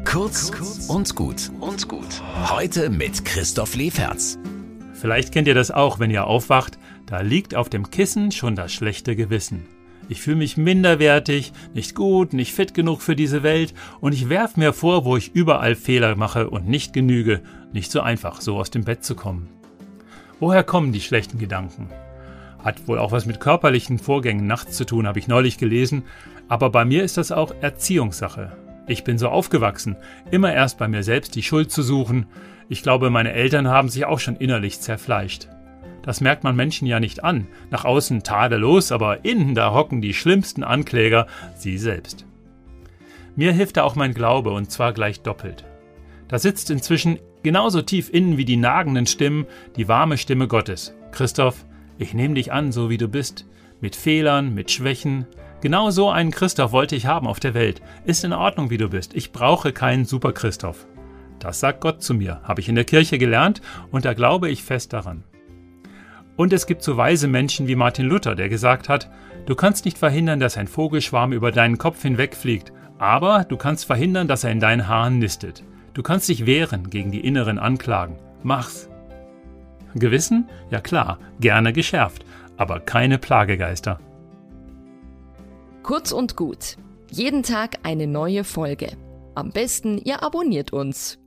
Kurz und gut. Heute mit Christoph Leferz. Vielleicht kennt ihr das auch, wenn ihr aufwacht, da liegt auf dem Kissen schon das schlechte Gewissen. Ich fühle mich minderwertig, nicht gut, nicht fit genug für diese Welt und ich werfe mir vor, wo ich überall Fehler mache und nicht genüge, nicht so einfach, so aus dem Bett zu kommen. Woher kommen die schlechten Gedanken? Hat wohl auch was mit körperlichen Vorgängen nachts zu tun, habe ich neulich gelesen, aber bei mir ist das auch Erziehungssache. Ich bin so aufgewachsen, immer erst bei mir selbst die Schuld zu suchen. Ich glaube, meine Eltern haben sich auch schon innerlich zerfleischt. Das merkt man Menschen ja nicht an. Nach außen tadellos, aber innen da hocken die schlimmsten Ankläger, sie selbst. Mir hilft da auch mein Glaube, und zwar gleich doppelt. Da sitzt inzwischen genauso tief innen wie die nagenden Stimmen die warme Stimme Gottes. Christoph, ich nehme dich an, so wie du bist. Mit Fehlern, mit Schwächen. Genau so einen Christoph wollte ich haben auf der Welt. Ist in Ordnung, wie du bist. Ich brauche keinen Super-Christoph. Das sagt Gott zu mir, habe ich in der Kirche gelernt und da glaube ich fest daran. Und es gibt so weise Menschen wie Martin Luther, der gesagt hat, du kannst nicht verhindern, dass ein Vogelschwarm über deinen Kopf hinwegfliegt, aber du kannst verhindern, dass er in deinen Haaren nistet. Du kannst dich wehren gegen die inneren Anklagen. Mach's. Gewissen? Ja klar, gerne geschärft, aber keine Plagegeister. Kurz und gut. Jeden Tag eine neue Folge. Am besten, ihr abonniert uns.